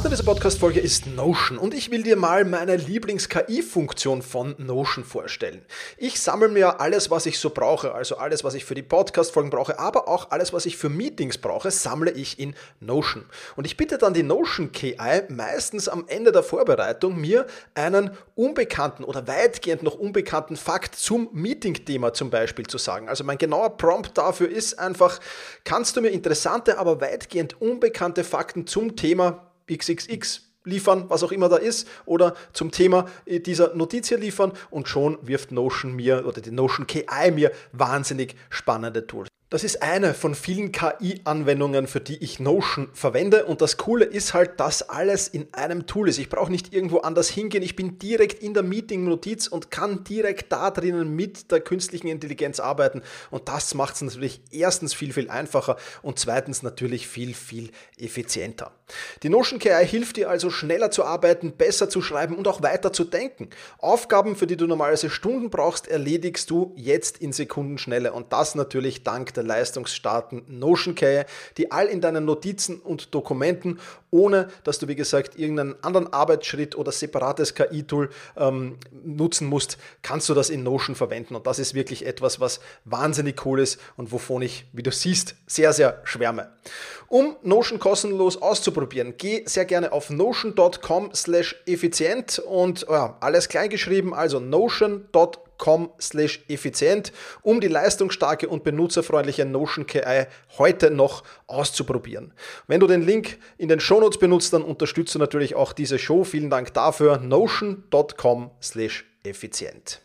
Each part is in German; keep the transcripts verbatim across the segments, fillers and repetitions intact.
Partner dieser Podcast-Folge ist Notion und ich will dir mal meine Lieblings-K I-Funktion von Notion vorstellen. Ich sammle mir alles, was ich so brauche, also alles, was ich für die Podcast-Folgen brauche, aber auch alles, was ich für Meetings brauche, sammle ich in Notion. Und ich bitte dann die Notion K I meistens am Ende der Vorbereitung, mir einen unbekannten oder weitgehend noch unbekannten Fakt zum Meeting-Thema zum Beispiel zu sagen. Also mein genauer Prompt dafür ist einfach, kannst du mir interessante, aber weitgehend unbekannte Fakten zum Thema X X X liefern, was auch immer da ist, oder zum Thema dieser Notiz hier liefern, und schon wirft Notion mir oder die Notion K I mir wahnsinnig spannende Tools. Das ist eine von vielen K I-Anwendungen, für die ich Notion verwende, und das Coole ist halt, dass alles in einem Tool ist. Ich brauche nicht irgendwo anders hingehen, ich bin direkt in der Meeting-Notiz und kann direkt da drinnen mit der künstlichen Intelligenz arbeiten, und das macht es natürlich erstens viel, viel einfacher und zweitens natürlich viel, viel effizienter. Die Notion K I hilft dir also schneller zu arbeiten, besser zu schreiben und auch weiter zu denken. Aufgaben, für die du normalerweise Stunden brauchst, erledigst du jetzt in Sekundenschnelle, und das natürlich dank der leistungsstarken Notion K I, die all in deinen Notizen und Dokumenten, ohne dass du, wie gesagt, irgendeinen anderen Arbeitsschritt oder separates K I-Tool ähm, nutzen musst, kannst du das in Notion verwenden, und das ist wirklich etwas, was wahnsinnig cool ist und wovon ich, wie du siehst, sehr, sehr schwärme. Um Notion kostenlos auszuprobieren, geh sehr gerne auf notion punkt com slash effizient und ja, alles klein geschrieben, also notion punkt com slash effizient, um die leistungsstarke und benutzerfreundliche Notion K I heute noch auszuprobieren. Wenn du den Link in den Shownotes benutzt, dann unterstützt du natürlich auch diese Show. Vielen Dank dafür. notion punkt com slash effizient.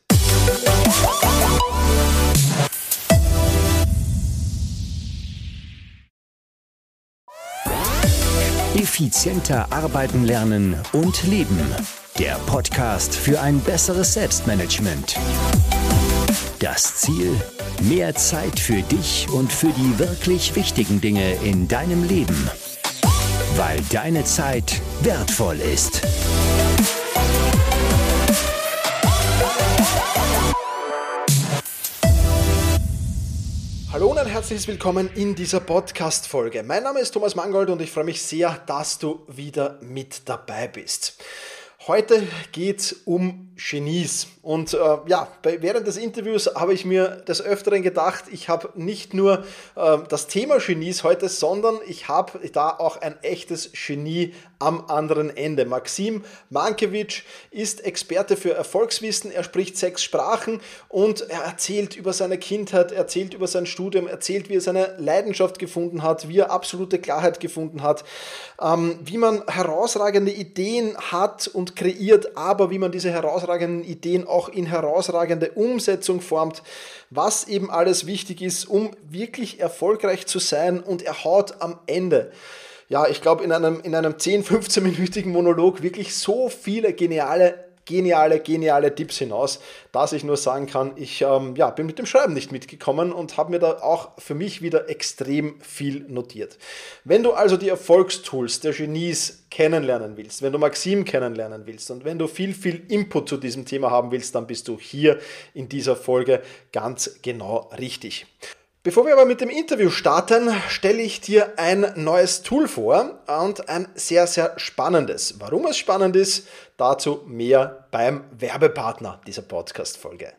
Effizienter arbeiten, lernen und leben. Der Podcast für ein besseres Selbstmanagement. Das Ziel: mehr Zeit für dich und für die wirklich wichtigen Dinge in deinem Leben. Weil deine Zeit wertvoll ist. Hallo und ein herzliches Willkommen in dieser Podcast-Folge. Mein Name ist Thomas Mangold und ich freue mich sehr, dass du wieder mit dabei bist. Heute geht es um Genies, und äh, ja, bei, während des Interviews habe ich mir des Öfteren gedacht, ich habe nicht nur äh, das Thema Genies heute, sondern ich habe da auch ein echtes Genie am anderen Ende. Maxim Mankiewicz ist Experte für Erfolgswissen, er spricht sechs Sprachen und er erzählt über seine Kindheit, erzählt über sein Studium, erzählt, wie er seine Leidenschaft gefunden hat, wie er absolute Klarheit gefunden hat, ähm, wie man herausragende Ideen hat und kreiert, aber wie man diese herausragenden Ideen auch in herausragende Umsetzung formt, was eben alles wichtig ist, um wirklich erfolgreich zu sein, und er haut am Ende, ja, ich glaube in einem, in einem zehn-, fünfzehn-minütigen Monolog wirklich so viele geniale Geniale, geniale Tipps hinaus, dass ich nur sagen kann, ich ähm, ja, bin mit dem Schreiben nicht mitgekommen und habe mir da auch für mich wieder extrem viel notiert. Wenn du also die Erfolgstools der Genies kennenlernen willst, wenn du Maxim kennenlernen willst und wenn du viel, viel Input zu diesem Thema haben willst, dann bist du hier in dieser Folge ganz genau richtig. Bevor wir aber mit dem Interview starten, stelle ich dir ein neues Tool vor, und ein sehr, sehr spannendes. Warum es spannend ist, dazu mehr beim Werbepartner dieser Podcast-Folge.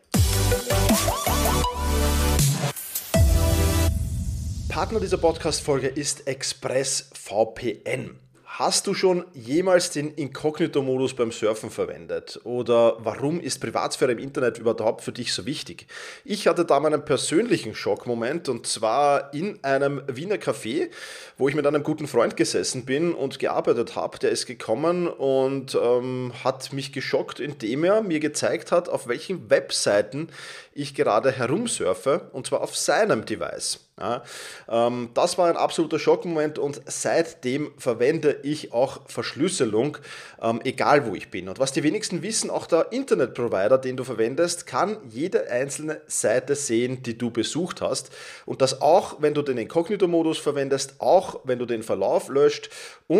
Partner dieser Podcast-Folge ist ExpressVPN. Hast du schon jemals den Inkognito-Modus beim Surfen verwendet? Oder warum ist Privatsphäre im Internet überhaupt für dich so wichtig? Ich hatte da meinen persönlichen Schockmoment, und zwar in einem Wiener Café, wo ich mit einem guten Freund gesessen bin und gearbeitet habe. Der ist gekommen und ähm, hat mich geschockt, indem er mir gezeigt hat, auf welchen Webseiten ich gerade herumsurfe, und zwar auf seinem Device. Ja, ähm, das war ein absoluter Schockmoment, und seitdem verwende ich auch Verschlüsselung, ähm, egal wo ich bin. Und was die wenigsten wissen, auch der Internetprovider, den du verwendest, kann jede einzelne Seite sehen, die du besucht hast. Und das auch, wenn du den Inkognito-Modus verwendest, auch wenn du den Verlauf löscht und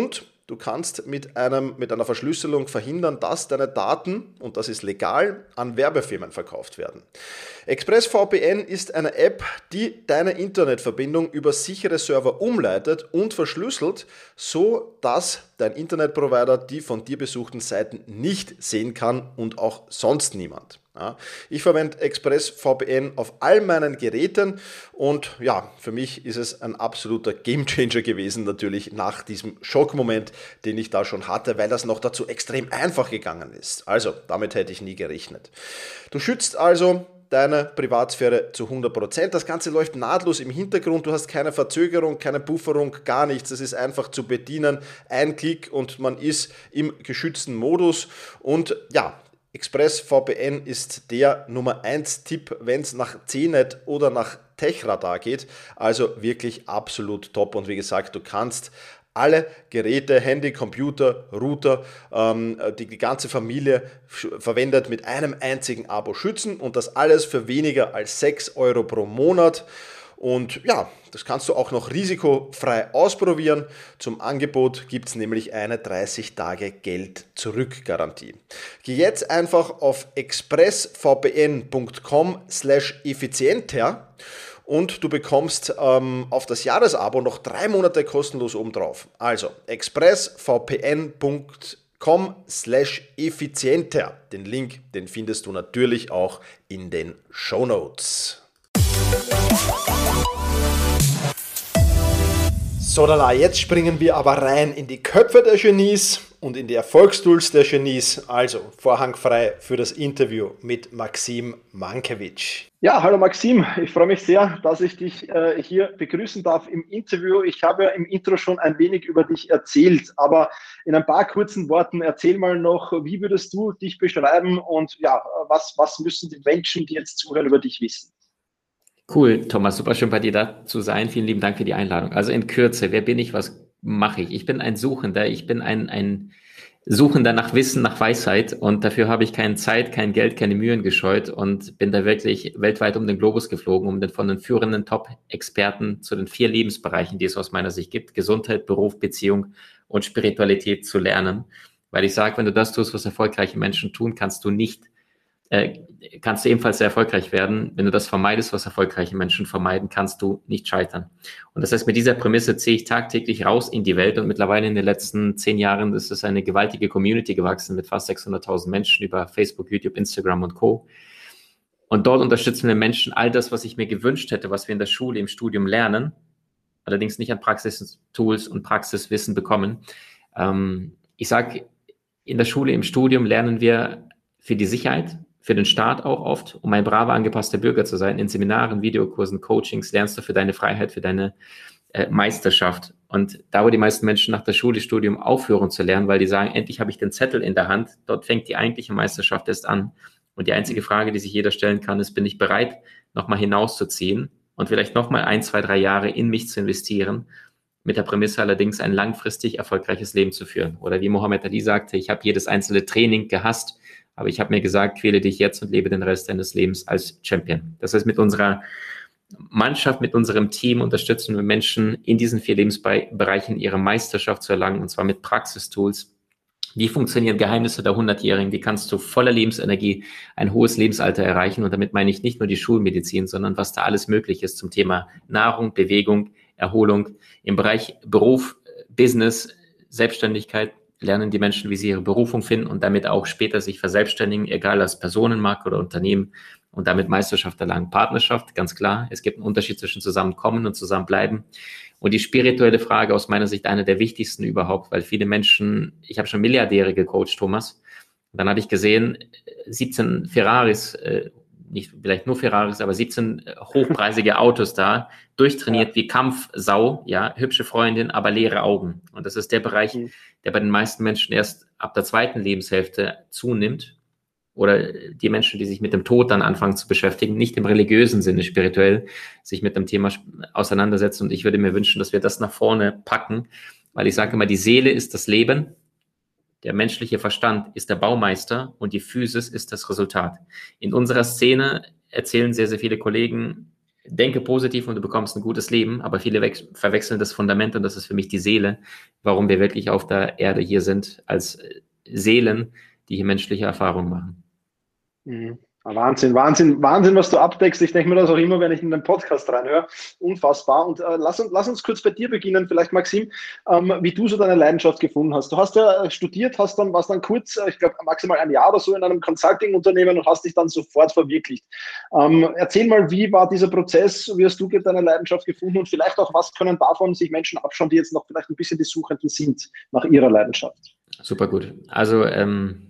du kannst mit, einem, mit einer Verschlüsselung verhindern, dass deine Daten, und das ist legal, an Werbefirmen verkauft werden. ExpressVPN ist eine App, die deine Internetverbindung über sichere Server umleitet und verschlüsselt, so dass dein Internetprovider die von dir besuchten Seiten nicht sehen kann und auch sonst niemand. Ja, ich verwende ExpressVPN auf all meinen Geräten und ja, für mich ist es ein absoluter Gamechanger gewesen, natürlich nach diesem Schockmoment, den ich da schon hatte, weil das noch dazu extrem einfach gegangen ist. Also, damit hätte ich nie gerechnet. Du schützt also deine Privatsphäre zu hundert Prozent. Das Ganze läuft nahtlos im Hintergrund. Du hast keine Verzögerung, keine Pufferung, gar nichts. Es ist einfach zu bedienen. Ein Klick und man ist im geschützten Modus. Und ja, ExpressVPN ist der Nummer eins Tipp, wenn es nach C net oder nach Techradar geht. Also wirklich absolut top. Und wie gesagt, du kannst alle Geräte, Handy, Computer, Router, ähm, die, die ganze Familie verwendet mit einem einzigen Abo schützen und das alles für weniger als sechs Euro pro Monat. Und ja, das kannst du auch noch risikofrei ausprobieren. Zum Angebot gibt es nämlich eine dreißig Tage Geld-Zurück-Garantie. Geh jetzt einfach auf expressvpn punkt com slash effizienter und du bekommst ähm, auf das Jahresabo noch drei Monate kostenlos obendrauf. Also expressvpn punkt com slash effizienter. Den Link, den findest du natürlich auch in den Shownotes. So, lala, jetzt springen wir aber rein in die Köpfe der Genies und in die Erfolgstools der Genies. Also, Vorhang frei für das Interview mit Maxim Mankiewicz. Ja, hallo Maxim, ich freue mich sehr, dass ich dich äh, hier begrüßen darf im Interview. Ich habe ja im Intro schon ein wenig über dich erzählt, aber in ein paar kurzen Worten erzähl mal noch, wie würdest du dich beschreiben und ja, was, was müssen die Menschen, die jetzt zuhören, über dich wissen? Cool, Thomas, super schön bei dir da zu sein. Vielen lieben Dank für die Einladung. Also in Kürze, wer bin ich, was mache ich? Ich bin ein Suchender, ich bin ein, ein Suchender nach Wissen, nach Weisheit und dafür habe ich keine Zeit, kein Geld, keine Mühen gescheut und bin da wirklich weltweit um den Globus geflogen, um den, von den führenden Top-Experten zu den vier Lebensbereichen, die es aus meiner Sicht gibt, Gesundheit, Beruf, Beziehung und Spiritualität zu lernen. Weil ich sage, wenn du das tust, was erfolgreiche Menschen tun, kannst du nicht kannst du ebenfalls sehr erfolgreich werden. Wenn du das vermeidest, was erfolgreiche Menschen vermeiden, kannst du nicht scheitern. Und das heißt, mit dieser Prämisse ziehe ich tagtäglich raus in die Welt und mittlerweile in den letzten zehn Jahren ist es eine gewaltige Community gewachsen mit fast sechshunderttausend Menschen über Facebook, YouTube, Instagram und Co. Und dort unterstützen wir Menschen all das, was ich mir gewünscht hätte, was wir in der Schule, im Studium lernen, allerdings nicht an Praxistools und Praxiswissen bekommen. Ich sage, in der Schule, im Studium lernen wir für die Sicherheit, für den Staat auch oft, um ein braver, angepasster Bürger zu sein. In Seminaren, Videokursen, Coachings lernst du für deine Freiheit, für deine äh, Meisterschaft. Und da, wo die meisten Menschen nach der Schule, Studium aufhören zu lernen, weil die sagen, endlich habe ich den Zettel in der Hand, dort fängt die eigentliche Meisterschaft erst an. Und die einzige Frage, die sich jeder stellen kann, ist, bin ich bereit, nochmal hinauszuziehen und vielleicht nochmal ein, zwei, drei Jahre in mich zu investieren, mit der Prämisse allerdings ein langfristig erfolgreiches Leben zu führen. Oder wie Mohammed Ali sagte, ich habe jedes einzelne Training gehasst, aber ich habe mir gesagt, quäle dich jetzt und lebe den Rest deines Lebens als Champion. Das heißt, mit unserer Mannschaft, mit unserem Team unterstützen wir Menschen in diesen vier Lebensbereichen ihre Meisterschaft zu erlangen, und zwar mit Praxistools. Wie funktionieren Geheimnisse der Hundertjährigen? Wie kannst du voller Lebensenergie ein hohes Lebensalter erreichen? Und damit meine ich nicht nur die Schulmedizin, sondern was da alles möglich ist zum Thema Nahrung, Bewegung, Erholung. Im Bereich Beruf, Business, Selbstständigkeit lernen die Menschen, wie sie ihre Berufung finden und damit auch später sich verselbstständigen, egal als Personenmarke oder Unternehmen, und damit Meisterschaft erlangen. Partnerschaft, ganz klar. Es gibt einen Unterschied zwischen Zusammenkommen und Zusammenbleiben. Und die spirituelle Frage aus meiner Sicht eine der wichtigsten überhaupt, weil viele Menschen, ich habe schon Milliardäre gecoacht, Thomas, und dann hatte ich gesehen, siebzehn Ferraris, äh, nicht vielleicht nur Ferraris, aber siebzehn hochpreisige Autos da, durchtrainiert wie Kampfsau, ja, hübsche Freundin, aber leere Augen. Und das ist der Bereich, der bei den meisten Menschen erst ab der zweiten Lebenshälfte zunimmt. Oder die Menschen, die sich mit dem Tod dann anfangen zu beschäftigen, nicht im religiösen Sinne, spirituell, sich mit dem Thema auseinandersetzen. Und ich würde mir wünschen, dass wir das nach vorne packen, weil ich sage immer, die Seele ist das Leben, der menschliche Verstand ist der Baumeister und die Physis ist das Resultat. In unserer Szene erzählen sehr, sehr viele Kollegen, denke positiv und du bekommst ein gutes Leben, aber viele verwechseln das Fundament und das ist für mich die Seele, warum wir wirklich auf der Erde hier sind, als Seelen, die hier menschliche Erfahrungen machen. Mhm. Wahnsinn, Wahnsinn, Wahnsinn, was du abdeckst. Ich denke mir das auch immer, wenn ich in den Podcast reinhöre. Unfassbar. Und äh, lass, uns, lass uns kurz bei dir beginnen, vielleicht Maxim, ähm, wie du so deine Leidenschaft gefunden hast. Du hast ja studiert, hast dann, warst dann kurz, ich glaube maximal ein Jahr oder so in einem Consulting-Unternehmen und hast dich dann sofort verwirklicht. Ähm, erzähl mal, wie war dieser Prozess? Wie hast du deine Leidenschaft gefunden? Und vielleicht auch, was können davon sich Menschen abschauen, die jetzt noch vielleicht ein bisschen die Suchenden sind nach ihrer Leidenschaft? Super gut. Also, ähm,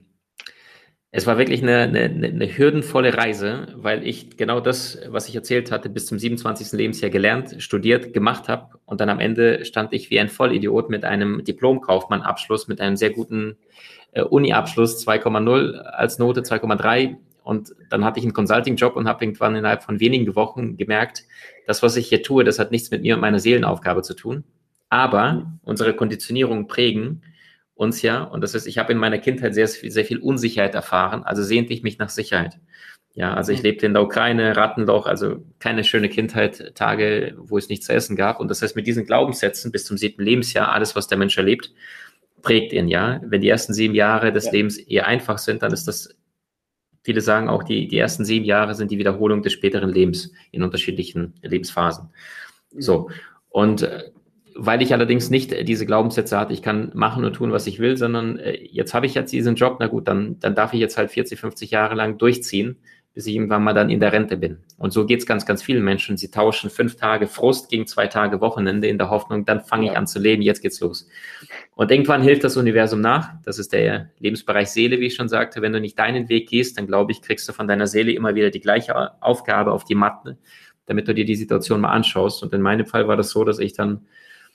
es war wirklich eine, eine, eine hürdenvolle Reise, weil ich genau das, was ich erzählt hatte, bis zum siebenundzwanzigsten Lebensjahr gelernt, studiert, gemacht habe und dann am Ende stand ich wie ein Vollidiot mit einem Diplom-Kaufmann-Abschluss, mit einem sehr guten äh, Uni-Abschluss, zwei Komma null als Note, zwei Komma drei und dann hatte ich einen Consulting-Job und habe irgendwann innerhalb von wenigen Wochen gemerkt, das, was ich hier tue, das hat nichts mit mir und meiner Seelenaufgabe zu tun, aber unsere Konditionierungen prägen uns ja, und das ist, ich habe in meiner Kindheit sehr, sehr viel Unsicherheit erfahren, also sehnte ich mich nach Sicherheit. Ja, also ich lebte in der Ukraine, Rattenloch, also keine schöne Kindheit, Tage, wo es nichts zu essen gab. Und das heißt, mit diesen Glaubenssätzen bis zum siebten Lebensjahr, alles, was der Mensch erlebt, prägt ihn, ja. Wenn die ersten sieben Jahre des ja. Lebens eher einfach sind, dann ist das, viele sagen auch, die, die ersten sieben Jahre sind die Wiederholung des späteren Lebens in unterschiedlichen Lebensphasen. So, und weil ich allerdings nicht diese Glaubenssätze hatte, ich kann machen und tun, was ich will, sondern äh, jetzt habe ich jetzt diesen Job, na gut, dann, dann darf ich jetzt halt vierzig, fünfzig Jahre lang durchziehen, bis ich irgendwann mal dann in der Rente bin. Und so geht es ganz, ganz vielen Menschen. Sie tauschen fünf Tage Frust gegen zwei Tage Wochenende in der Hoffnung, dann fange ja. ich an zu leben, jetzt geht's los. Und irgendwann hilft das Universum nach. Das ist der Lebensbereich Seele, wie ich schon sagte. Wenn du nicht deinen Weg gehst, dann glaube ich, kriegst du von deiner Seele immer wieder die gleiche Aufgabe auf die Matte, damit du dir die Situation mal anschaust. Und in meinem Fall war das so, dass ich dann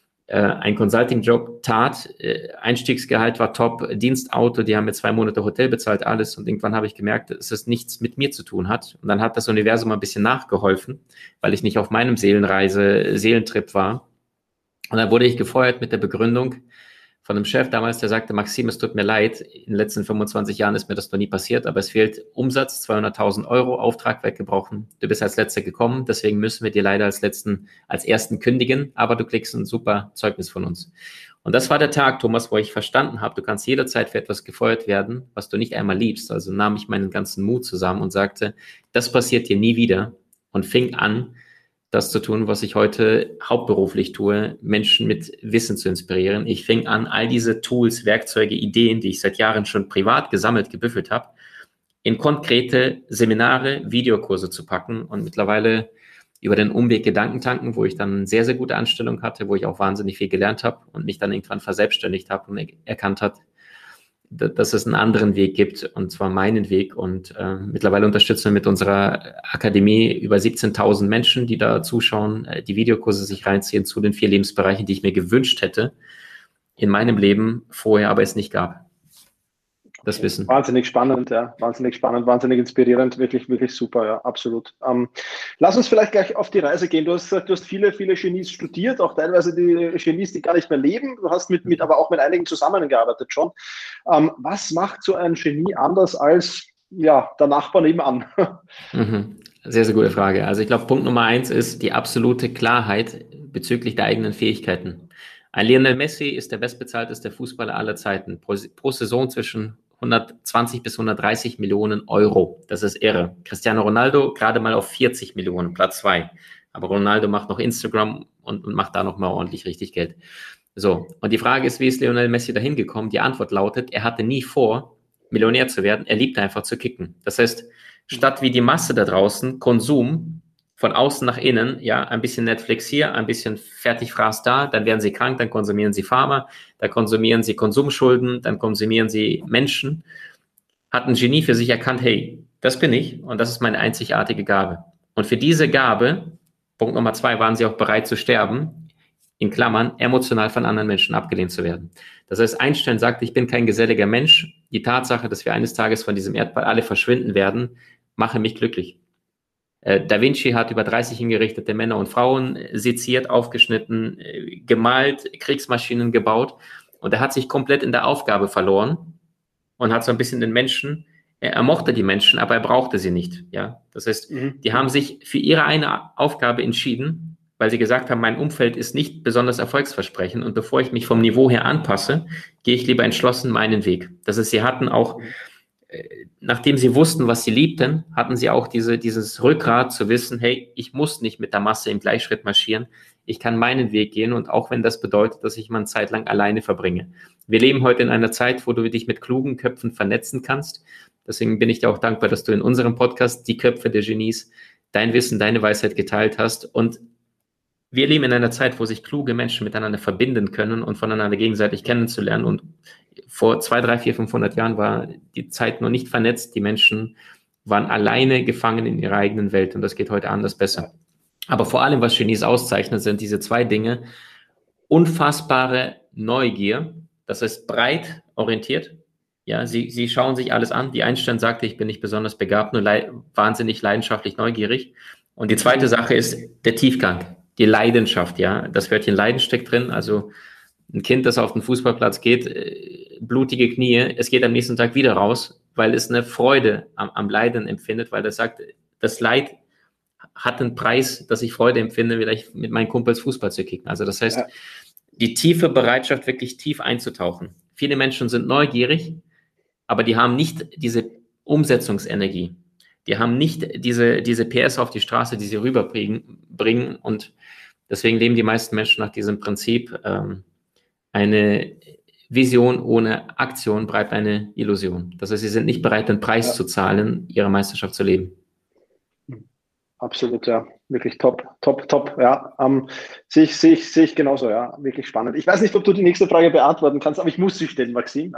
ein Consulting-Job tat, Einstiegsgehalt war top, Dienstauto, die haben mir zwei Monate Hotel bezahlt, alles und irgendwann habe ich gemerkt, dass es nichts mit mir zu tun hat und dann hat das Universum ein bisschen nachgeholfen, weil ich nicht auf meinem Seelenreise, Seelentrip war und dann wurde ich gefeuert mit der Begründung von einem Chef damals, der sagte, Maxim, es tut mir leid, in den letzten fünfundzwanzig Jahren ist mir das noch nie passiert, aber es fehlt Umsatz, zweihunderttausend Euro, Auftrag weggebrochen, du bist als Letzter gekommen, deswegen müssen wir dir leider als Letzten, als Ersten kündigen, aber du kriegst ein super Zeugnis von uns. Und das war der Tag, Thomas, wo ich verstanden habe, du kannst jederzeit für etwas gefeuert werden, was du nicht einmal liebst. Also nahm ich meinen ganzen Mut zusammen und sagte, das passiert dir nie wieder und fing an, das zu tun, was ich heute hauptberuflich tue, Menschen mit Wissen zu inspirieren. Ich fing an, all diese Tools, Werkzeuge, Ideen, die ich seit Jahren schon privat gesammelt, gebüffelt habe, in konkrete Seminare, Videokurse zu packen und mittlerweile über den Umweg Gedankentanken, wo ich dann eine sehr, sehr gute Anstellung hatte, wo ich auch wahnsinnig viel gelernt habe und mich dann irgendwann verselbstständigt habe und erkannt habe, dass es einen anderen Weg gibt, und zwar meinen Weg. Und äh, mittlerweile unterstützen wir mit unserer Akademie über siebzehntausend Menschen, die da zuschauen, äh, die Videokurse sich reinziehen zu den vier Lebensbereichen, die ich mir gewünscht hätte in meinem Leben vorher, aber es nicht gab. Das Wissen. Wahnsinnig spannend, ja, wahnsinnig spannend, wahnsinnig inspirierend, wirklich, wirklich super, ja, absolut. Ähm, lass uns vielleicht gleich auf die Reise gehen. Du hast gesagt, du hast viele, viele Genies studiert, auch teilweise die Genies, die gar nicht mehr leben. Du hast mit, mit aber auch mit einigen zusammengearbeitet schon. Ähm, was macht so ein Genie anders als, ja, der Nachbar nebenan? Mhm. Sehr, sehr gute Frage. Also ich glaube, Punkt Nummer eins ist die absolute Klarheit bezüglich der eigenen Fähigkeiten. Ein Lionel Messi ist der bestbezahlteste Fußballer aller Zeiten. Pro, pro Saison zwischen hundertzwanzig bis hundertdreißig Millionen Euro. Das ist irre. Cristiano Ronaldo gerade mal auf vierzig Millionen, Platz zwei. Aber Ronaldo macht noch Instagram und, und macht da noch mal ordentlich richtig Geld. So, und die Frage ist, wie ist Lionel Messi dahin gekommen? Die Antwort lautet, er hatte nie vor, Millionär zu werden. Er liebte einfach zu kicken. Das heißt, statt wie die Masse da draußen, Konsum, von außen nach innen, ja, ein bisschen Netflix hier, ein bisschen Fertigfraß da, dann werden sie krank, dann konsumieren sie Pharma, dann konsumieren sie Konsumschulden, dann konsumieren sie Menschen. Hat ein Genie für sich erkannt, hey, das bin ich und das ist meine einzigartige Gabe. Und für diese Gabe, Punkt Nummer zwei, waren sie auch bereit zu sterben, in Klammern, emotional von anderen Menschen abgelehnt zu werden. Das heißt, Einstein sagte, ich bin kein geselliger Mensch. Die Tatsache, dass wir eines Tages von diesem Erdball alle verschwinden werden, mache mich glücklich. Da Vinci hat über dreißig hingerichtete Männer und Frauen seziert, aufgeschnitten, gemalt, Kriegsmaschinen gebaut und er hat sich komplett in der Aufgabe verloren und hat so ein bisschen den Menschen Er, er mochte die Menschen, aber er brauchte sie nicht. Ja? Das heißt, mhm. die haben sich für ihre eine Aufgabe entschieden, weil sie gesagt haben, mein Umfeld ist nicht besonders erfolgsversprechend und bevor ich mich vom Niveau her anpasse, gehe ich lieber entschlossen meinen Weg. Das heißt, sie hatten auch, äh, nachdem sie wussten, was sie liebten, hatten sie auch diese, dieses Rückgrat zu wissen, hey, ich muss nicht mit der Masse im Gleichschritt marschieren, ich kann meinen Weg gehen und auch wenn das bedeutet, dass ich mal eine Zeit lang alleine verbringe. Wir leben heute in einer Zeit, wo du dich mit klugen Köpfen vernetzen kannst. Deswegen bin ich dir auch dankbar, dass du in unserem Podcast die Köpfe der Genies, dein Wissen, deine Weisheit geteilt hast und wir leben in einer Zeit, wo sich kluge Menschen miteinander verbinden können und voneinander gegenseitig kennenzulernen. Und vor zwei, drei, vier, fünfhundert Jahren war die Zeit noch nicht vernetzt. Die Menschen waren alleine gefangen in ihrer eigenen Welt und das geht heute anders besser. Aber vor allem, was Genies auszeichnet, sind diese zwei Dinge. Unfassbare Neugier, das heißt breit orientiert. Ja, sie, sie schauen sich alles an. Wie Einstein sagte, ich bin nicht besonders begabt, nur le- wahnsinnig leidenschaftlich neugierig. Und die zweite Sache ist der Tiefgang. Die Leidenschaft, ja, das Wörtchen Leiden steckt drin, also ein Kind, das auf den Fußballplatz geht, äh, blutige Knie, es geht am nächsten Tag wieder raus, weil es eine Freude am, am Leiden empfindet, weil es sagt, das Leid hat einen Preis, dass ich Freude empfinde, vielleicht mit meinen Kumpels Fußball zu kicken. Also das heißt, ja. die tiefe Bereitschaft, wirklich tief einzutauchen. Viele Menschen sind neugierig, aber die haben nicht diese Umsetzungsenergie. Die haben nicht diese, diese P S auf die Straße, die sie rüberbringen bringen und deswegen leben die meisten Menschen nach diesem Prinzip, ähm, eine Vision ohne Aktion bleibt eine Illusion. Das heißt, sie sind nicht bereit, den Preis ja. zu zahlen, ihre Meisterschaft zu leben. Absolut, ja. Wirklich top, top, top. Ja, ähm, sehe ich, sehe ich, sehe ich genauso, ja. Wirklich spannend. Ich weiß nicht, ob du die nächste Frage beantworten kannst, aber ich muss sie stellen, Maxim.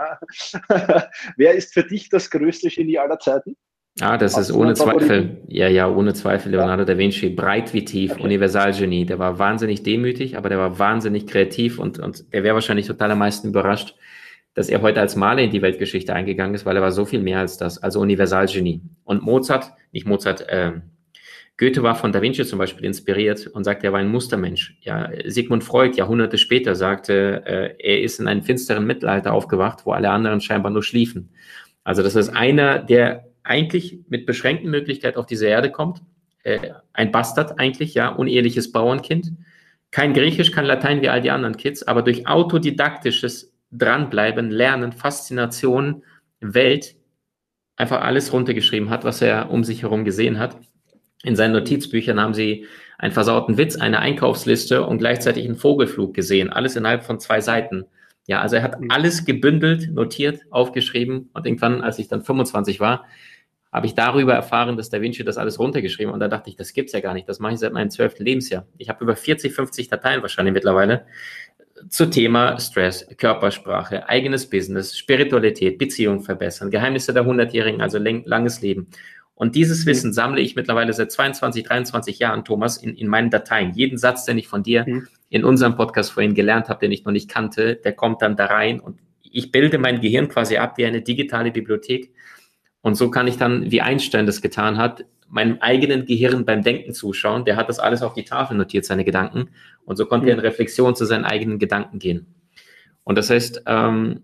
Wer ist für dich das größte Genie aller Zeiten? Ah, das Hast ist ohne Zweifel, ja, ja, ohne Zweifel Leonardo ja. da Vinci, breit wie tief, okay. Universalgenie. Der war wahnsinnig demütig, aber der war wahnsinnig kreativ und, und der wäre wahrscheinlich total am meisten überrascht, dass er heute als Maler in die Weltgeschichte eingegangen ist, weil er war so viel mehr als das, also Universalgenie. Und Mozart, nicht Mozart, äh, Goethe war von Da Vinci zum Beispiel inspiriert und sagte, er war ein Mustermensch. Ja, Sigmund Freud, Jahrhunderte später, sagte, äh, er ist in einem finsteren Mittelalter aufgewacht, wo alle anderen scheinbar nur schliefen. Also das ist einer, der eigentlich mit beschränkten Möglichkeiten auf diese Erde kommt, äh, ein Bastard eigentlich, ja, uneheliches Bauernkind, kein Griechisch, kein Latein wie all die anderen Kids, aber durch autodidaktisches Dranbleiben, Lernen, Faszination, Welt, einfach alles runtergeschrieben hat, was er um sich herum gesehen hat. In seinen Notizbüchern haben sie einen versauten Witz, eine Einkaufsliste und gleichzeitig einen Vogelflug gesehen, alles innerhalb von zwei Seiten. Ja, also er hat alles gebündelt, notiert, aufgeschrieben und irgendwann, als ich dann fünfundzwanzig war, habe ich darüber erfahren, dass Da Vinci das alles runtergeschrieben hat. Und da dachte ich, das gibt's ja gar nicht. Das mache ich seit meinem zwölften Lebensjahr. Ich habe über vierzig, fünfzig Dateien wahrscheinlich mittlerweile zu Thema Stress, Körpersprache, eigenes Business, Spiritualität, Beziehung verbessern, Geheimnisse der Hundertjährigen, also langes Leben. Und dieses Wissen sammle ich mittlerweile seit zweiundzwanzig, dreiundzwanzig Jahren, Thomas, in, in meinen Dateien. Jeden Satz, den ich von dir mhm. in unserem Podcast vorhin gelernt habe, den ich noch nicht kannte, der kommt dann da rein und ich bilde mein Gehirn quasi ab wie eine digitale Bibliothek. Und so kann ich dann, wie Einstein das getan hat, meinem eigenen Gehirn beim Denken zuschauen. Der hat das alles auf die Tafel notiert, seine Gedanken. Und so konnte mhm. er in Reflexion zu seinen eigenen Gedanken gehen. Und das heißt, ähm,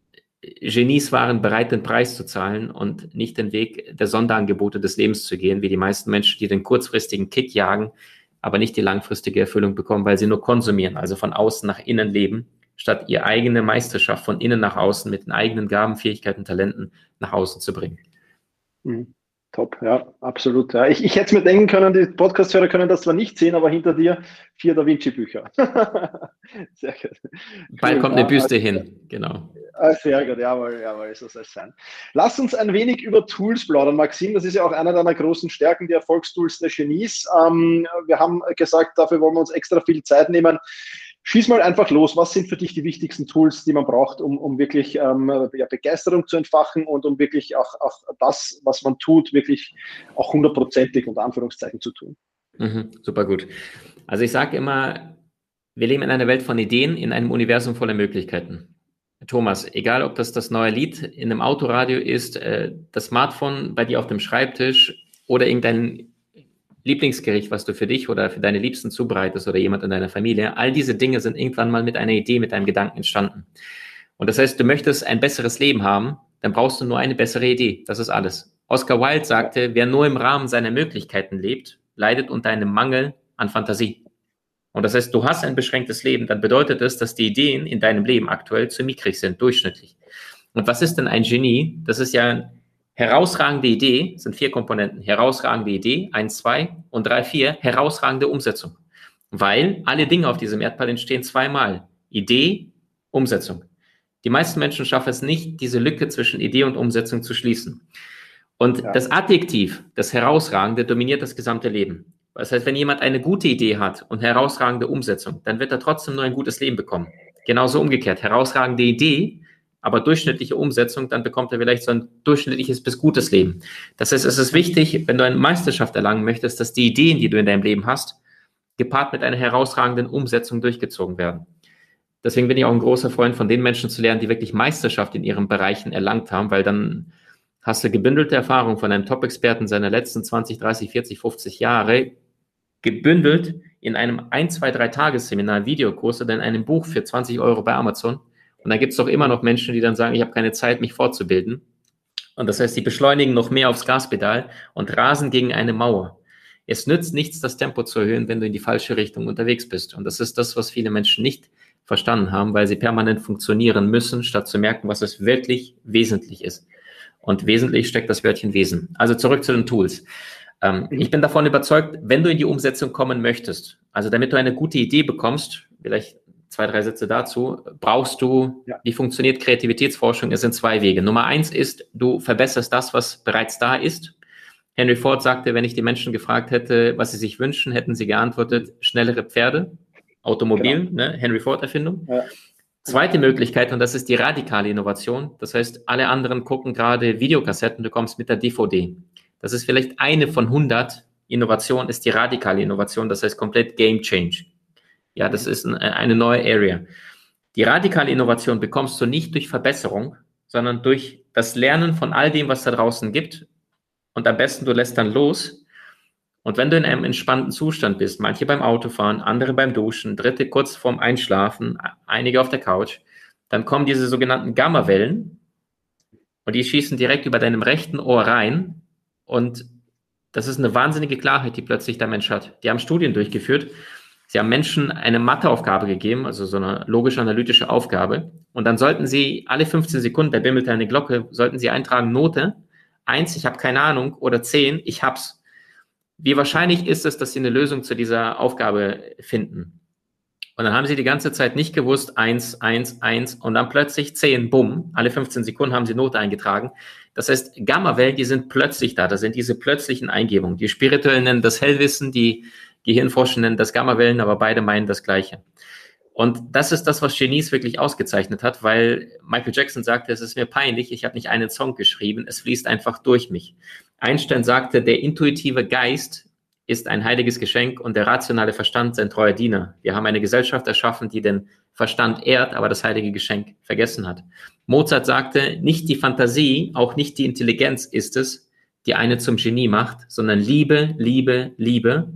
Genies waren bereit, den Preis zu zahlen und nicht den Weg der Sonderangebote des Lebens zu gehen, wie die meisten Menschen, die den kurzfristigen Kick jagen, aber nicht die langfristige Erfüllung bekommen, weil sie nur konsumieren, also von außen nach innen leben, statt ihre eigene Meisterschaft von innen nach außen mit den eigenen Gaben, Fähigkeiten, Talenten nach außen zu bringen. Mhm. Top, ja, absolut. Ja. Ich, ich hätte es mir denken können, die Podcast-Hörer können das zwar nicht sehen, aber hinter dir vier Da Vinci-Bücher. Sehr gut. Bald cool, kommt eine Büste ja, hin, genau. Sehr gut, jawohl, jawohl, so soll es sein. Lass uns ein wenig über Tools plaudern, Maxim. Das ist ja auch einer deiner großen Stärken, die Erfolgstools der Genies. Ähm, wir haben gesagt, dafür wollen wir uns extra viel Zeit nehmen. Schieß mal einfach los. Was sind für dich die wichtigsten Tools, die man braucht, um, um wirklich ähm, ja, Begeisterung zu entfachen und um wirklich auch, auch das, was man tut, wirklich auch hundertprozentig unter Anführungszeichen zu tun? Mhm, super gut. Also ich sage immer, wir leben in einer Welt von Ideen, in einem Universum voller Möglichkeiten. Thomas, egal ob das das neue Lied in einem Autoradio ist, äh, das Smartphone bei dir auf dem Schreibtisch oder irgendein Lieblingsgericht, was du für dich oder für deine Liebsten zubereitest oder jemand in deiner Familie, all diese Dinge sind irgendwann mal mit einer Idee, mit einem Gedanken entstanden. Und das heißt, du möchtest ein besseres Leben haben, dann brauchst du nur eine bessere Idee. Das ist alles. Oscar Wilde sagte, wer nur im Rahmen seiner Möglichkeiten lebt, leidet unter einem Mangel an Fantasie. Und das heißt, du hast ein beschränktes Leben, dann bedeutet es, dass die Ideen in deinem Leben aktuell zu mickrig sind, durchschnittlich. Und was ist denn ein Genie? Das ist ja eine herausragende Idee, das sind vier Komponenten, herausragende Idee, eins, zwei und drei, vier, herausragende Umsetzung. Weil alle Dinge auf diesem Erdball entstehen zweimal. Idee, Umsetzung. Die meisten Menschen schaffen es nicht, diese Lücke zwischen Idee und Umsetzung zu schließen. Und ja. das Adjektiv, das Herausragende, dominiert das gesamte Leben. Das heißt, wenn jemand eine gute Idee hat und herausragende Umsetzung, dann wird er trotzdem nur ein gutes Leben bekommen. Genauso umgekehrt, herausragende Idee, aber durchschnittliche Umsetzung, dann bekommt er vielleicht so ein durchschnittliches bis gutes Leben. Das heißt, es ist wichtig, wenn du eine Meisterschaft erlangen möchtest, dass die Ideen, die du in deinem Leben hast, gepaart mit einer herausragenden Umsetzung durchgezogen werden. Deswegen bin ich auch ein großer Freund von den Menschen zu lernen, die wirklich Meisterschaft in ihren Bereichen erlangt haben, weil dann hast du gebündelte Erfahrung von einem Top-Experten seiner letzten zwanzig, dreißig, vierzig, fünfzig Jahre, gebündelt in einem ein, zwei, drei Tagesseminar, Videokurs oder in einem Buch für zwanzig Euro bei Amazon. Und dann gibt es doch immer noch Menschen, die dann sagen, ich habe keine Zeit, mich fortzubilden. Und das heißt, sie beschleunigen noch mehr aufs Gaspedal und rasen gegen eine Mauer. Es nützt nichts, das Tempo zu erhöhen, wenn du in die falsche Richtung unterwegs bist. Und das ist das, was viele Menschen nicht verstanden haben, weil sie permanent funktionieren müssen, statt zu merken, was es wirklich wesentlich ist. Und wesentlich steckt das Wörtchen Wesen. Also zurück zu den Tools. Ähm, ich bin davon überzeugt, wenn du in die Umsetzung kommen möchtest, also damit du eine gute Idee bekommst, vielleicht zwei, drei Sätze dazu, brauchst du, ja. wie funktioniert Kreativitätsforschung? Es sind zwei Wege. Nummer eins ist, du verbesserst das, was bereits da ist. Henry Ford sagte, wenn ich die Menschen gefragt hätte, was sie sich wünschen, hätten sie geantwortet, schnellere Pferde, Automobil, genau. ne? Henry Ford-Erfindung. Ja. Zweite Möglichkeit, und das ist die radikale Innovation. Das heißt, alle anderen gucken gerade Videokassetten, du kommst mit der D V D. Das ist vielleicht eine von hundert Innovationen, ist die radikale Innovation, das heißt komplett Game Change. Ja, das ist eine neue Area. Die radikale Innovation bekommst du nicht durch Verbesserung, sondern durch das Lernen von all dem, was da draußen gibt. Und am besten, du lässt dann los. Und wenn du in einem entspannten Zustand bist, manche beim Autofahren, andere beim Duschen, dritte kurz vorm Einschlafen, einige auf der Couch, dann kommen diese sogenannten Gammawellen und die schießen direkt über deinem rechten Ohr rein. Und das ist eine wahnsinnige Klarheit, die plötzlich der Mensch hat. Die haben Studien durchgeführt. Sie haben Menschen eine Matheaufgabe gegeben, also so eine logisch-analytische Aufgabe. Und dann sollten sie alle fünfzehn Sekunden, da bimmelt eine Glocke, sollten sie eintragen, Note eins, ich habe keine Ahnung, oder zehn, ich hab's. Wie wahrscheinlich ist es, dass sie eine Lösung zu dieser Aufgabe finden? Und dann haben sie die ganze Zeit nicht gewusst, eins, eins, eins und dann plötzlich zehn, bumm, alle fünfzehn Sekunden haben sie Note eingetragen. Das heißt, Gammawellen, die sind plötzlich da, das sind diese plötzlichen Eingebungen. Die Spirituellen nennen das Hellwissen, die Gehirnforscher nennen das Gammawellen, aber beide meinen das Gleiche. Und das ist das, was Genies wirklich ausgezeichnet hat, weil Michael Jackson sagte, es ist mir peinlich, ich habe nicht einen Song geschrieben, es fließt einfach durch mich. Einstein sagte, der intuitive Geist ist ein heiliges Geschenk und der rationale Verstand sein treuer Diener. Wir haben eine Gesellschaft erschaffen, die den Verstand ehrt, aber das heilige Geschenk vergessen hat. Mozart sagte, nicht die Fantasie, auch nicht die Intelligenz ist es, die eine zum Genie macht, sondern Liebe, Liebe, Liebe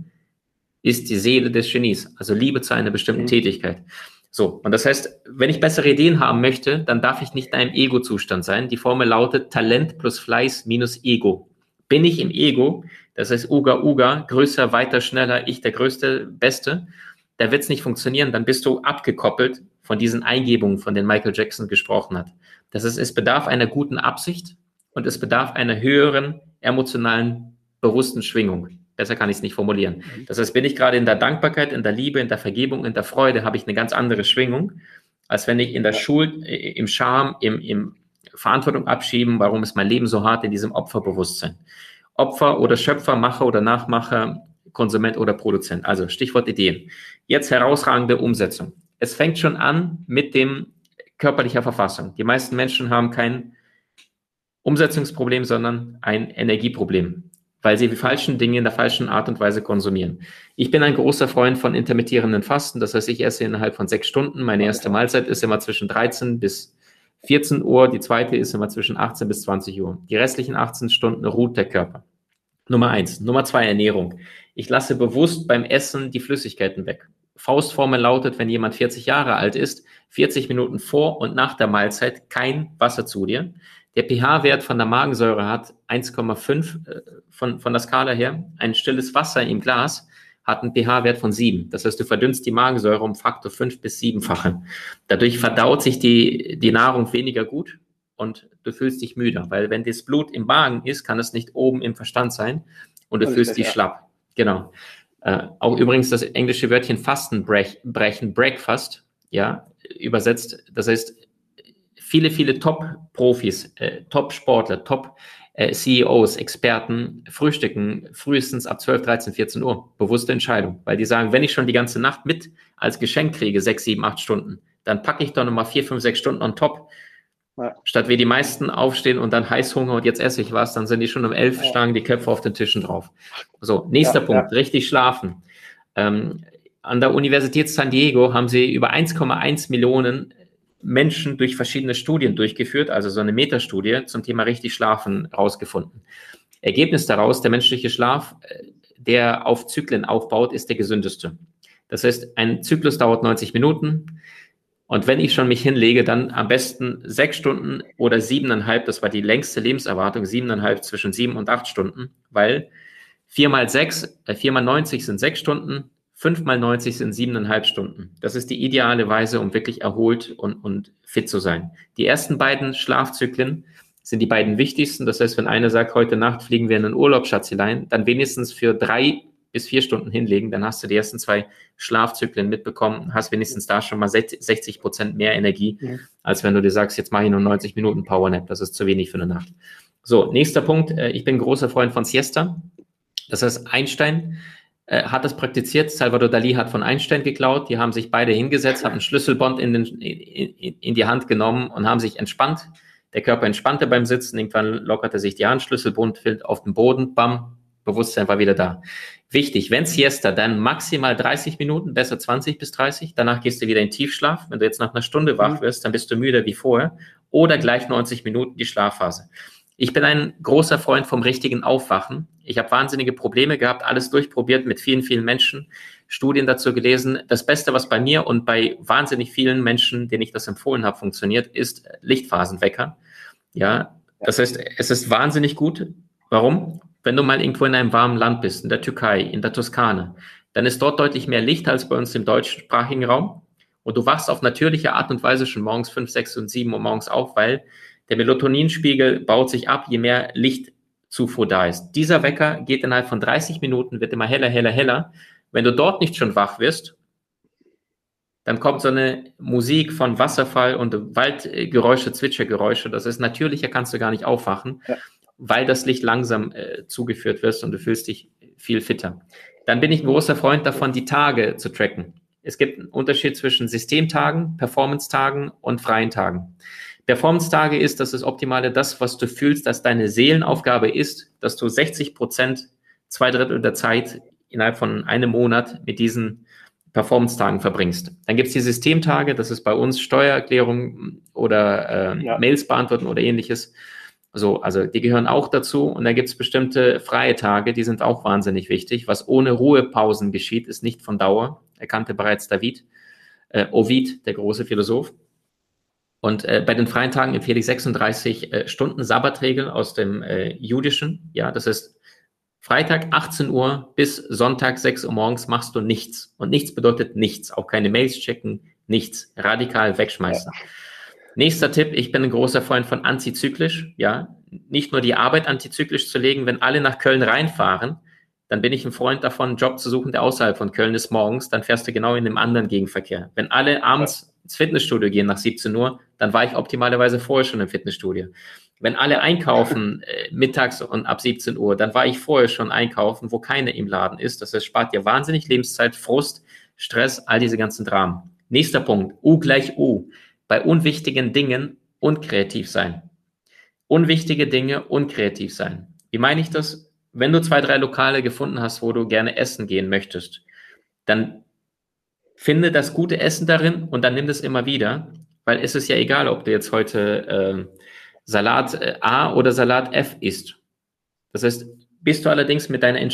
ist die Seele des Genies, also Liebe zu einer bestimmten mhm. Tätigkeit. So, und das heißt, wenn ich bessere Ideen haben möchte, dann darf ich nicht in einem Ego-Zustand sein. Die Formel lautet Talent plus Fleiß minus Ego. Bin ich im Ego, das heißt Uga Uga, größer, weiter, schneller, ich der Größte, Beste, da wird es nicht funktionieren, dann bist du abgekoppelt von diesen Eingebungen, von denen Michael Jackson gesprochen hat. Das heißt, es bedarf einer guten Absicht und es bedarf einer höheren, emotionalen, bewussten Schwingung. Besser kann ich es nicht formulieren. Das heißt, bin ich gerade in der Dankbarkeit, in der Liebe, in der Vergebung, in der Freude, habe ich eine ganz andere Schwingung, als wenn ich in der Schuld, im Scham, im, im Verantwortung abschieben, warum ist mein Leben so hart, in diesem Opferbewusstsein. Opfer oder Schöpfer, Macher oder Nachmacher, Konsument oder Produzent. Also Stichwort Ideen. Jetzt herausragende Umsetzung. Es fängt schon an mit dem körperlicher Verfassung. Die meisten Menschen haben kein Umsetzungsproblem, sondern ein Energieproblem, weil sie die falschen Dinge in der falschen Art und Weise konsumieren. Ich bin ein großer Freund von intermittierenden Fasten, das heißt, ich esse innerhalb von sechs Stunden. Meine erste Mahlzeit ist immer zwischen dreizehn bis vierzehn Uhr, die zweite ist immer zwischen achtzehn bis zwanzig Uhr. Die restlichen achtzehn Stunden ruht der Körper. Nummer eins. Nummer zwei, Ernährung. Ich lasse bewusst beim Essen die Flüssigkeiten weg. Faustformel lautet, wenn jemand vierzig Jahre alt ist, vierzig Minuten vor und nach der Mahlzeit kein Wasser zu dir. Der pH-Wert von der Magensäure hat eins Komma fünf äh, von, von der Skala her. Ein stilles Wasser im Glas hat einen pH-Wert von sieben. Das heißt, du verdünnst die Magensäure um Faktor fünf bis siebenfache. Dadurch verdaut sich die, die Nahrung weniger gut und du fühlst dich müde. Weil wenn das Blut im Magen ist, kann es nicht oben im Verstand sein und du fühlst dich schlapp. Genau. Äh, auch übrigens das englische Wörtchen Fasten brechen, Breakfast, ja, übersetzt. Das heißt, viele, viele Top-Profis, äh, Top-Sportler, Top-C E Os, Experten frühstücken frühestens ab zwölf, dreizehn, vierzehn Uhr. Bewusste Entscheidung, weil die sagen, wenn ich schon die ganze Nacht mit als Geschenk kriege, sechs, sieben, acht Stunden, dann packe ich doch nochmal vier, fünf, sechs Stunden on top. Ja. Statt wie die meisten aufstehen und dann Heißhunger und jetzt esse ich was, dann sind die schon um elf, ja. Schlagen die Köpfe auf den Tischen drauf. So, nächster ja, Punkt, ja. Richtig schlafen. Ähm, an der Universität San Diego haben sie über eins Komma eins Millionen Menschen durch verschiedene Studien durchgeführt, also so eine Metastudie zum Thema richtig schlafen rausgefunden. Ergebnis daraus, der menschliche Schlaf, der auf Zyklen aufbaut, ist der gesündeste. Das heißt, ein Zyklus dauert neunzig Minuten und wenn ich schon mich hinlege, dann am besten sechs Stunden oder siebeneinhalb, das war die längste Lebenserwartung, siebeneinhalb zwischen sieben und acht Stunden, weil vier mal sechs, äh, vier mal neunzig sind sechs Stunden, fünf mal neunzig sind siebeneinhalb Stunden. Das ist die ideale Weise, um wirklich erholt und, und fit zu sein. Die ersten beiden Schlafzyklen sind die beiden wichtigsten. Das heißt, wenn einer sagt, heute Nacht fliegen wir in den Urlaub, Schatzelein, dann wenigstens für drei bis vier Stunden hinlegen. Dann hast du die ersten zwei Schlafzyklen mitbekommen, hast wenigstens da schon mal sechzig Prozent mehr Energie, ja. Als wenn du dir sagst, jetzt mache ich nur neunzig Minuten Powernap. Das ist zu wenig für eine Nacht. So, nächster Punkt. Ich bin ein großer Freund von Siesta. Das heißt, Einstein hat das praktiziert. Salvador Dalí hat von Einstein geklaut. Die haben sich beide hingesetzt, haben einen Schlüsselbund in, den, in, in die Hand genommen und haben sich entspannt. Der Körper entspannte beim Sitzen. Irgendwann lockerte sich die Hand, Schlüsselbund fällt auf den Boden, bam, Bewusstsein war wieder da. Wichtig, wenn Siesta, dann maximal dreißig Minuten, besser zwanzig bis dreißig. Danach gehst du wieder in Tiefschlaf. Wenn du jetzt nach einer Stunde wach wirst, dann bist du müde wie vorher. Oder gleich neunzig Minuten die Schlafphase. Ich bin ein großer Freund vom richtigen Aufwachen. Ich habe wahnsinnige Probleme gehabt, alles durchprobiert mit vielen, vielen Menschen, Studien dazu gelesen. Das Beste, was bei mir und bei wahnsinnig vielen Menschen, denen ich das empfohlen habe, funktioniert, ist Lichtphasenwecker. Ja, das heißt, es ist wahnsinnig gut. Warum? Wenn du mal irgendwo in einem warmen Land bist, in der Türkei, in der Toskana, dann ist dort deutlich mehr Licht als bei uns im deutschsprachigen Raum. Und du wachst auf natürliche Art und Weise schon morgens fünf, sechs und sieben Uhr morgens auf, weil der Melatoninspiegel baut sich ab, je mehr Lichtzufuhr da ist. Dieser Wecker geht innerhalb von dreißig Minuten, wird immer heller, heller, heller. Wenn du dort nicht schon wach wirst, dann kommt so eine Musik von Wasserfall und Waldgeräusche, Zwitschergeräusche. Das ist natürlicher, kannst du gar nicht aufwachen, ja. Weil das Licht langsam äh, zugeführt wird und du fühlst dich viel fitter. Dann bin ich ein großer Freund davon, die Tage zu tracken. Es gibt einen Unterschied zwischen Systemtagen, Performance-Tagen und freien Tagen. Performance-Tage ist, das ist Optimale, das, was du fühlst, dass deine Seelenaufgabe ist, dass du sechzig Prozent, zwei Drittel der Zeit innerhalb von einem Monat mit diesen Performance-Tagen verbringst. Dann gibt es die Systemtage, das ist bei uns Steuererklärung oder äh, ja. Mails beantworten oder ähnliches. So, also die gehören auch dazu. Und dann gibt es bestimmte freie Tage, die sind auch wahnsinnig wichtig. Was ohne Ruhepausen geschieht, ist nicht von Dauer. Erkannte bereits David, äh, Ovid, der große Philosoph. Und äh, bei den freien Tagen empfehle ich sechsunddreißig äh, Stunden Sabbatregel aus dem äh, Jüdischen. Ja, das ist Freitag achtzehn Uhr bis Sonntag sechs Uhr morgens machst du nichts. Und nichts bedeutet nichts. Auch keine Mails checken, nichts. Radikal wegschmeißen. Ja. Nächster Tipp, ich bin ein großer Freund von antizyklisch. Ja, nicht nur die Arbeit antizyklisch zu legen, wenn alle nach Köln reinfahren, dann bin ich ein Freund davon, einen Job zu suchen, der außerhalb von Köln ist morgens, dann fährst du genau in einem anderen Gegenverkehr. Wenn alle abends ins Fitnessstudio gehen nach siebzehn Uhr, dann war ich optimalerweise vorher schon im Fitnessstudio. Wenn alle einkaufen äh, mittags und ab siebzehn Uhr, dann war ich vorher schon einkaufen, wo keiner im Laden ist. Das heißt, spart dir wahnsinnig Lebenszeit, Frust, Stress, all diese ganzen Dramen. Nächster Punkt, U gleich U. Bei unwichtigen Dingen unkreativ sein. Unwichtige Dinge unkreativ sein. Wie meine ich das? Wenn du zwei, drei Lokale gefunden hast, wo du gerne essen gehen möchtest, dann finde das gute Essen darin und dann nimm das immer wieder, weil es ist ja egal, ob du jetzt heute äh, Salat äh, A oder Salat F isst. Das heißt, bist du allerdings mit deiner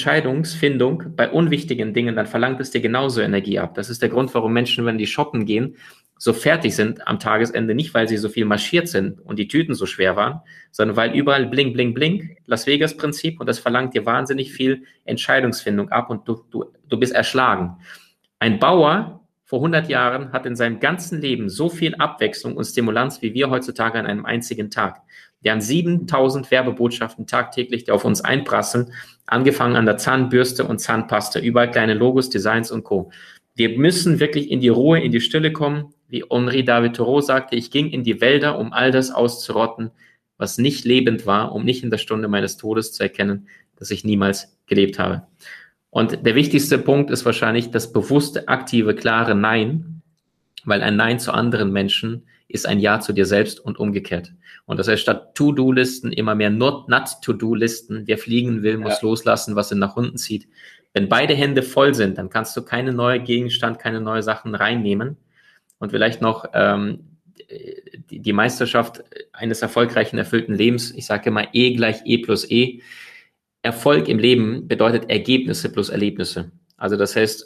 Entscheidungsfindung bei unwichtigen Dingen, dann verlangt es dir genauso Energie ab. Das ist der Grund, warum Menschen, wenn die shoppen gehen, so fertig sind am Tagesende, nicht weil sie so viel marschiert sind und die Tüten so schwer waren, sondern weil überall bling, bling, bling, Las Vegas-Prinzip, und das verlangt dir wahnsinnig viel Entscheidungsfindung ab und du, du, du bist erschlagen. Ein Bauer vor hundert Jahren hat in seinem ganzen Leben so viel Abwechslung und Stimulanz wie wir heutzutage an einem einzigen Tag. Wir haben siebentausend Werbebotschaften tagtäglich, die auf uns einprasseln, angefangen an der Zahnbürste und Zahnpasta, überall kleine Logos, Designs und Co. Wir müssen wirklich in die Ruhe, in die Stille kommen. Wie Henri David Thoreau sagte, ich ging in die Wälder, um all das auszurotten, was nicht lebend war, um nicht in der Stunde meines Todes zu erkennen, dass ich niemals gelebt habe. Und der wichtigste Punkt ist wahrscheinlich das bewusste, aktive, klare Nein, weil ein Nein zu anderen Menschen ist ein Ja zu dir selbst und umgekehrt. Und das heißt, statt To-Do-Listen immer mehr Not-To-Do-Listen. Wer fliegen will, muss ja. loslassen, was ihn nach unten zieht. Wenn beide Hände voll sind, dann kannst du keine neue Gegenstand, keine neue Sachen reinnehmen. Und vielleicht noch ähm, die, die Meisterschaft eines erfolgreichen, erfüllten Lebens. Ich sage immer E gleich E plus E. Erfolg im Leben bedeutet Ergebnisse plus Erlebnisse. Also das heißt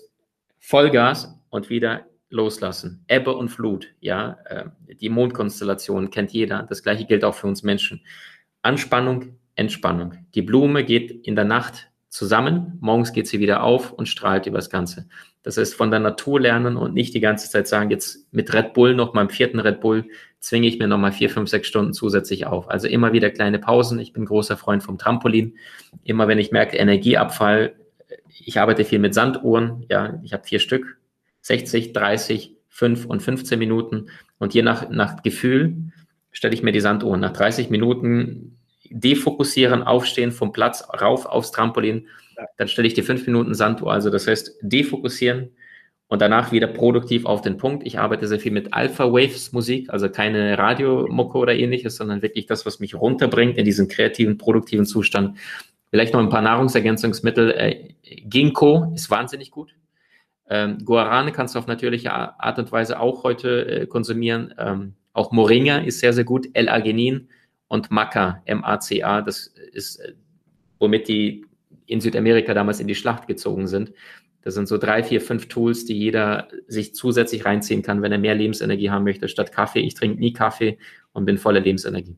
Vollgas und wieder loslassen. Ebbe und Flut, ja. Äh, die Mondkonstellation kennt jeder. Das Gleiche gilt auch für uns Menschen. Anspannung, Entspannung. Die Blume geht in der Nacht zusammen, morgens geht sie wieder auf und strahlt über das Ganze. Das heißt, von der Natur lernen und nicht die ganze Zeit sagen, jetzt mit Red Bull, noch meinem vierten Red Bull, zwinge ich mir nochmal vier, fünf, sechs Stunden zusätzlich auf. Also immer wieder kleine Pausen. Ich bin großer Freund vom Trampolin. Immer wenn ich merke, Energieabfall, ich arbeite viel mit Sanduhren, ja, ich habe vier Stück, sechzig, dreißig, fünf und fünfzehn Minuten. Und je nach, nach Gefühl stelle ich mir die Sanduhren. Nach dreißig Minuten defokussieren, aufstehen, vom Platz rauf aufs Trampolin, dann stelle ich die fünf Minuten Sanduhr. Also das heißt, defokussieren und danach wieder produktiv auf den Punkt. Ich arbeite sehr viel mit Alpha Waves Musik, also keine Radiomucke oder ähnliches, sondern wirklich das, was mich runterbringt in diesen kreativen, produktiven Zustand. Vielleicht noch ein paar Nahrungsergänzungsmittel. Äh, Ginkgo ist wahnsinnig gut. Ähm, Guarane kannst du auf natürliche Art und Weise auch heute äh, konsumieren. Ähm, auch Moringa ist sehr, sehr gut. L-Arginin und Maca, M A C A, das ist, äh, womit die in Südamerika damals in die Schlacht gezogen sind. Das sind so drei, vier, fünf Tools, die jeder sich zusätzlich reinziehen kann, wenn er mehr Lebensenergie haben möchte, statt Kaffee. Ich trinke nie Kaffee und bin voller Lebensenergie.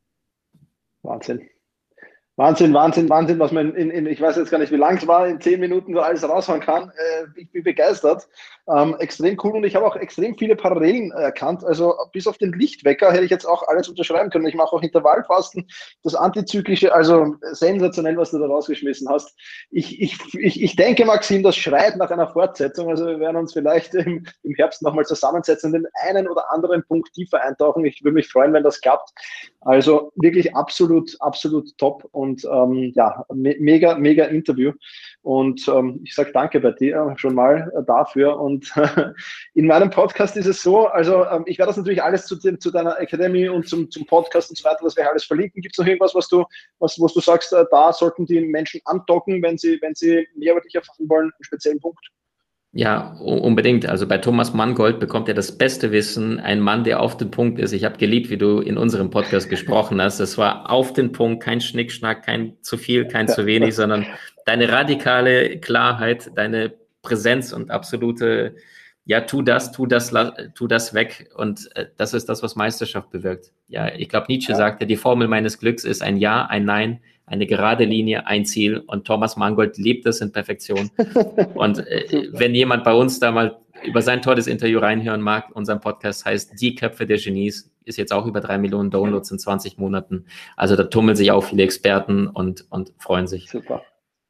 Wahnsinn. Wahnsinn, Wahnsinn, Wahnsinn, was man in, in ich weiß jetzt gar nicht, wie lang es war, in zehn Minuten so alles raushauen kann. Äh, ich bin begeistert. Ähm, extrem cool und ich habe auch extrem viele Parallelen erkannt. Also bis auf den Lichtwecker hätte ich jetzt auch alles unterschreiben können. Ich mache auch Intervallfasten, das Antizyklische, also sensationell, was du da rausgeschmissen hast. Ich, ich, ich, ich denke, Maxim, das schreit nach einer Fortsetzung. Also wir werden uns vielleicht im, im Herbst nochmal zusammensetzen und den einen oder anderen Punkt tiefer eintauchen. Ich würde mich freuen, wenn das klappt. Also wirklich absolut, absolut top und ähm, ja, me mega, mega Interview. Und ähm, ich sage danke bei dir schon mal äh, dafür. Und äh, in meinem Podcast ist es so, also ähm, ich werde das natürlich alles zu, zu deiner Academy und zum, zum Podcast und so weiter, das werde ich alles verlinken. Gibt es noch irgendwas, was du, was, was du sagst, äh, da sollten die Menschen andocken, wenn sie, wenn sie mehr über dich erfahren wollen, einen speziellen Punkt? Ja, unbedingt. Also bei Thomas Mangold bekommt er das beste Wissen. Ein Mann, der auf den Punkt ist. Ich habe geliebt, wie du in unserem Podcast gesprochen hast. Das war auf den Punkt, kein Schnickschnack, kein zu viel, kein zu wenig, sondern deine radikale Klarheit, deine Präsenz und absolute, ja, tu das, tu das, tu das weg. Und äh, das ist das, was Meisterschaft bewirkt. Ja, ich glaube, Nietzsche ja. sagte, die Formel meines Glücks ist ein Ja, ein Nein, eine gerade Linie, ein Ziel. Und Thomas Mangold lebt das in Perfektion. Und äh, wenn jemand bei uns da mal über sein tolles Interview reinhören mag, unser Podcast heißt Die Köpfe der Genies, ist jetzt auch über drei Millionen Downloads in zwanzig Monaten. Also da tummeln sich auch viele Experten und, und freuen sich. Super.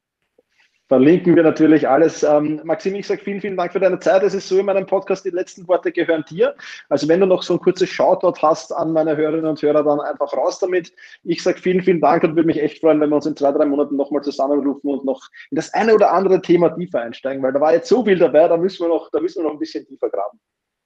Verlinken wir natürlich alles. Ähm, Maxim, ich sage vielen, vielen Dank für deine Zeit. Es ist so in meinem Podcast, die letzten Worte gehören dir. Also wenn du noch so ein kurzes Shoutout hast an meine Hörerinnen und Hörer, dann einfach raus damit. Ich sage vielen, vielen Dank und würde mich echt freuen, wenn wir uns in zwei, drei Monaten nochmal zusammenrufen und noch in das eine oder andere Thema tiefer einsteigen, weil da war jetzt so viel dabei, da müssen wir noch, da müssen wir noch ein bisschen tiefer graben.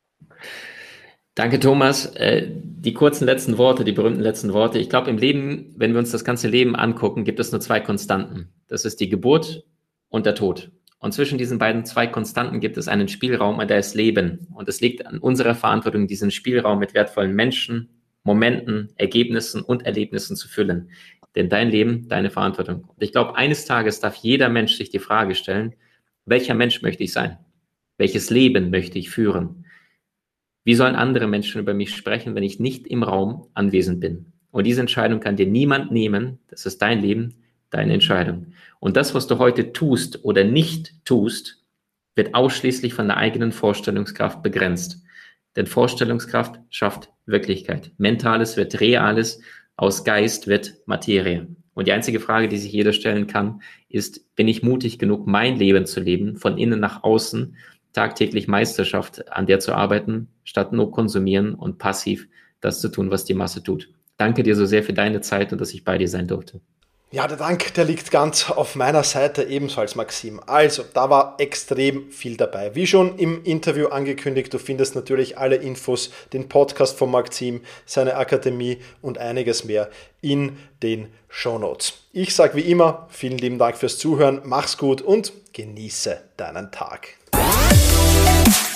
Danke, Thomas. Die kurzen letzten Worte, die berühmten letzten Worte. Ich glaube, im Leben, wenn wir uns das ganze Leben angucken, gibt es nur zwei Konstanten. Das ist die Geburt und der Tod. Und zwischen diesen beiden zwei Konstanten gibt es einen Spielraum, und der ist Leben. Und es liegt an unserer Verantwortung, diesen Spielraum mit wertvollen Menschen, Momenten, Ergebnissen und Erlebnissen zu füllen. Denn dein Leben, deine Verantwortung. Und ich glaube, eines Tages darf jeder Mensch sich die Frage stellen, welcher Mensch möchte ich sein? Welches Leben möchte ich führen? Wie sollen andere Menschen über mich sprechen, wenn ich nicht im Raum anwesend bin? Und diese Entscheidung kann dir niemand nehmen. Das ist dein Leben, deine Entscheidung. Und das, was du heute tust oder nicht tust, wird ausschließlich von der eigenen Vorstellungskraft begrenzt. Denn Vorstellungskraft schafft Wirklichkeit. Mentales wird Reales, aus Geist wird Materie. Und die einzige Frage, die sich jeder stellen kann, ist, bin ich mutig genug, mein Leben zu leben, von innen nach außen, tagtäglich Meisterschaft an der zu arbeiten, statt nur konsumieren und passiv das zu tun, was die Masse tut. Danke dir so sehr für deine Zeit und dass ich bei dir sein durfte. Ja, der Dank, der liegt ganz auf meiner Seite, ebenso als Maxim. Also, da war extrem viel dabei. Wie schon im Interview angekündigt, du findest natürlich alle Infos, den Podcast von Maxim, seine Akademie und einiges mehr in den Shownotes. Ich sage wie immer, vielen lieben Dank fürs Zuhören, mach's gut und genieße deinen Tag.